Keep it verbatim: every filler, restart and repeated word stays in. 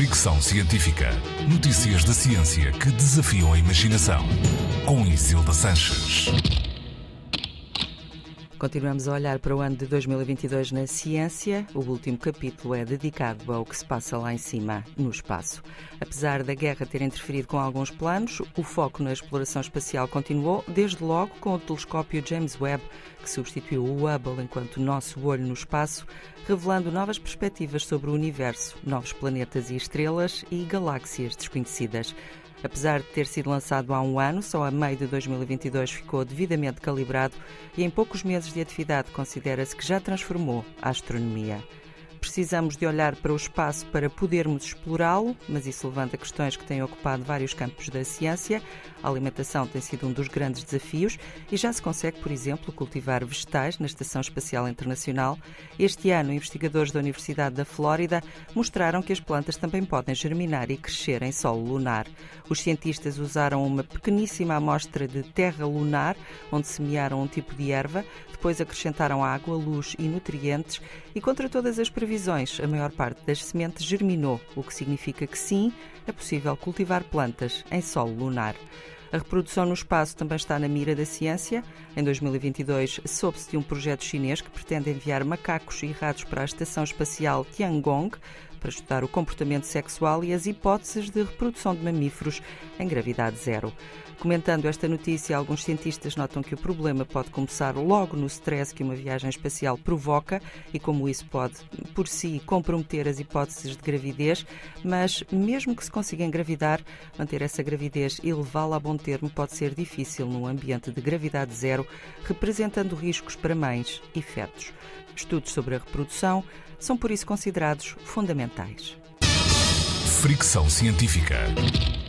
Fricção Científica. Notícias da ciência que desafiam a imaginação. Com Isilda Sanches. Continuamos a olhar para o ano de dois mil e vinte e dois na ciência. O último capítulo é dedicado ao que se passa lá em cima, no espaço. Apesar da guerra ter interferido com alguns planos, o foco na exploração espacial continuou, desde logo com o telescópio James Webb, que substituiu o Hubble enquanto nosso olho no espaço, revelando novas perspectivas sobre o universo, novos planetas e estrelas e galáxias desconhecidas. Apesar de ter sido lançado há um ano, só a meio de dois mil e vinte e dois ficou devidamente calibrado e em poucos meses de atividade considera-se que já transformou a astronomia. Precisamos de olhar para o espaço para podermos explorá-lo, mas isso levanta questões que têm ocupado vários campos da ciência. A alimentação tem sido um dos grandes desafios e já se consegue, por exemplo, cultivar vegetais na Estação Espacial Internacional. Este ano, investigadores da Universidade da Flórida mostraram que as plantas também podem germinar e crescer em solo lunar. Os cientistas usaram uma pequeníssima amostra de terra lunar, onde semearam um tipo de erva, depois acrescentaram água, luz e nutrientes e, contra todas as previsões, a maior parte das sementes germinou, o que significa que sim, é possível cultivar plantas em solo lunar. A reprodução no espaço também está na mira da ciência. Em dois mil e vinte e dois, soube-se de um projeto chinês que pretende enviar macacos e ratos para a Estação Espacial Tiangong para estudar o comportamento sexual e as hipóteses de reprodução de mamíferos em gravidade zero. Comentando esta notícia, alguns cientistas notam que o problema pode começar logo no stress que uma viagem espacial provoca e como isso pode, por si, comprometer as hipóteses de gravidez, mas mesmo que se consiga engravidar, manter essa gravidez e levá-la a bom termo pode ser difícil num ambiente de gravidade zero, representando riscos para mães e fetos. Estudos sobre a reprodução são por isso considerados fundamentais. Fricção Científica.